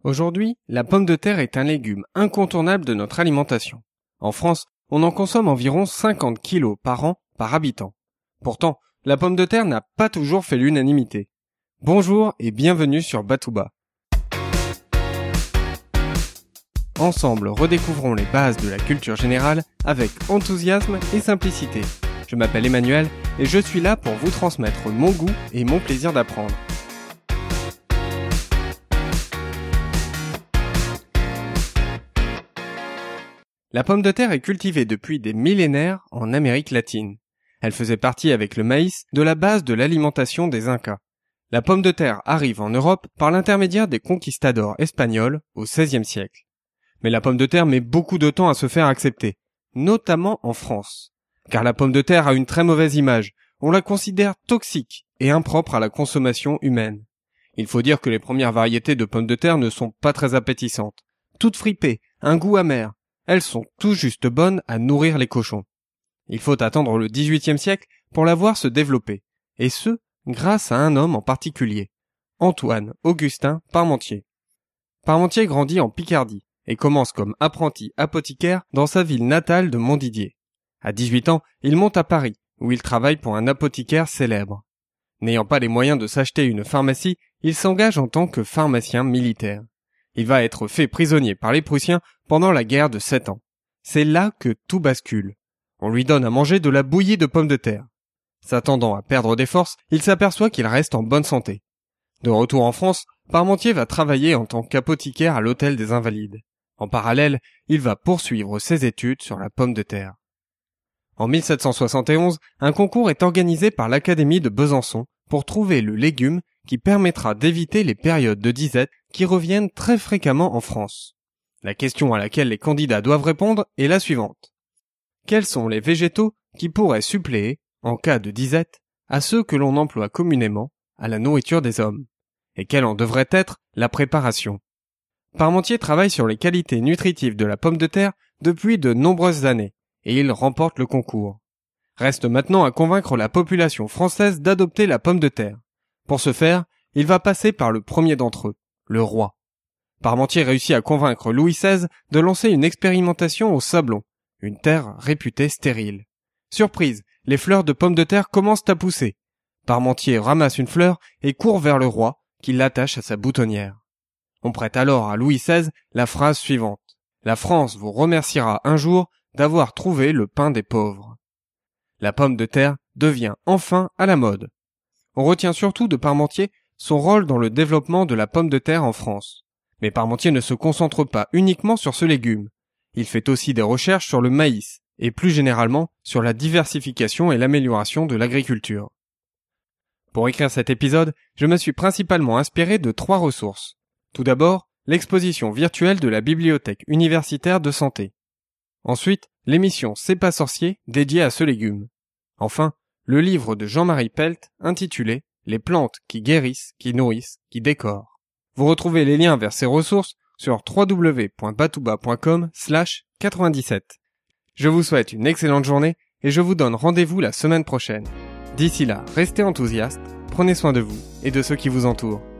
Aujourd'hui, la pomme de terre est un légume incontournable de notre alimentation. En France, on en consomme environ 50 kilos par an par habitant. Pourtant, la pomme de terre n'a pas toujours fait l'unanimité. Bonjour et bienvenue sur Batouba. Ensemble, redécouvrons les bases de la culture générale avec enthousiasme et simplicité. Je m'appelle Emmanuel et je suis là pour vous transmettre mon goût et mon plaisir d'apprendre. La pomme de terre est cultivée depuis des millénaires en Amérique latine. Elle faisait partie avec le maïs de la base de l'alimentation des Incas. La pomme de terre arrive en Europe par l'intermédiaire des conquistadors espagnols au XVIe siècle. Mais la pomme de terre met beaucoup de temps à se faire accepter, notamment en France. Car la pomme de terre a une très mauvaise image, on la considère toxique et impropre à la consommation humaine. Il faut dire que les premières variétés de pommes de terre ne sont pas très appétissantes. Toutes fripées, un goût amer. Elles sont tout juste bonnes à nourrir les cochons. Il faut attendre le XVIIIe siècle pour la voir se développer, et ce, grâce à un homme en particulier, Antoine Augustin Parmentier. Parmentier grandit en Picardie et commence comme apprenti apothicaire dans sa ville natale de Montdidier. À 18 ans, il monte à Paris, où il travaille pour un apothicaire célèbre. N'ayant pas les moyens de s'acheter une pharmacie, il s'engage en tant que pharmacien militaire. Il va être fait prisonnier par les Prussiens pendant la guerre de 7 ans. C'est là que tout bascule. On lui donne à manger de la bouillie de pommes de terre. S'attendant à perdre des forces, il s'aperçoit qu'il reste en bonne santé. De retour en France, Parmentier va travailler en tant qu'apothicaire à l'hôtel des Invalides. En parallèle, il va poursuivre ses études sur la pomme de terre. En 1771, un concours est organisé par l'Académie de Besançon pour trouver le légume qui permettra d'éviter les périodes de disette qui reviennent très fréquemment en France. La question à laquelle les candidats doivent répondre est la suivante. Quels sont les végétaux qui pourraient suppléer, en cas de disette, à ceux que l'on emploie communément à la nourriture des hommes? Et quelle en devrait être la préparation? Parmentier travaille sur les qualités nutritives de la pomme de terre depuis de nombreuses années, et il remporte le concours. Reste maintenant à convaincre la population française d'adopter la pomme de terre. Pour ce faire, il va passer par le premier d'entre eux, le roi. Parmentier réussit à convaincre Louis XVI de lancer une expérimentation au Sablon, une terre réputée stérile. Surprise, les fleurs de pommes de terre commencent à pousser. Parmentier ramasse une fleur et court vers le roi, qui l'attache à sa boutonnière. On prête alors à Louis XVI la phrase suivante. La France vous remerciera un jour d'avoir trouvé le pain des pauvres. La pomme de terre devient enfin à la mode. On retient surtout de Parmentier son rôle dans le développement de la pomme de terre en France. Mais Parmentier ne se concentre pas uniquement sur ce légume. Il fait aussi des recherches sur le maïs, et plus généralement sur la diversification et l'amélioration de l'agriculture. Pour écrire cet épisode, je me suis principalement inspiré de 3 ressources. Tout d'abord, l'exposition virtuelle de la Bibliothèque universitaire de santé. Ensuite, l'émission C'est pas sorcier dédiée à ce légume. Enfin, le livre de Jean-Marie Pelt intitulé Les plantes qui guérissent, qui nourrissent, qui décorent. Vous retrouvez les liens vers ces ressources sur www.batouba.com/97. Je vous souhaite une excellente journée et je vous donne rendez-vous la semaine prochaine. D'ici là, restez enthousiastes, prenez soin de vous et de ceux qui vous entourent.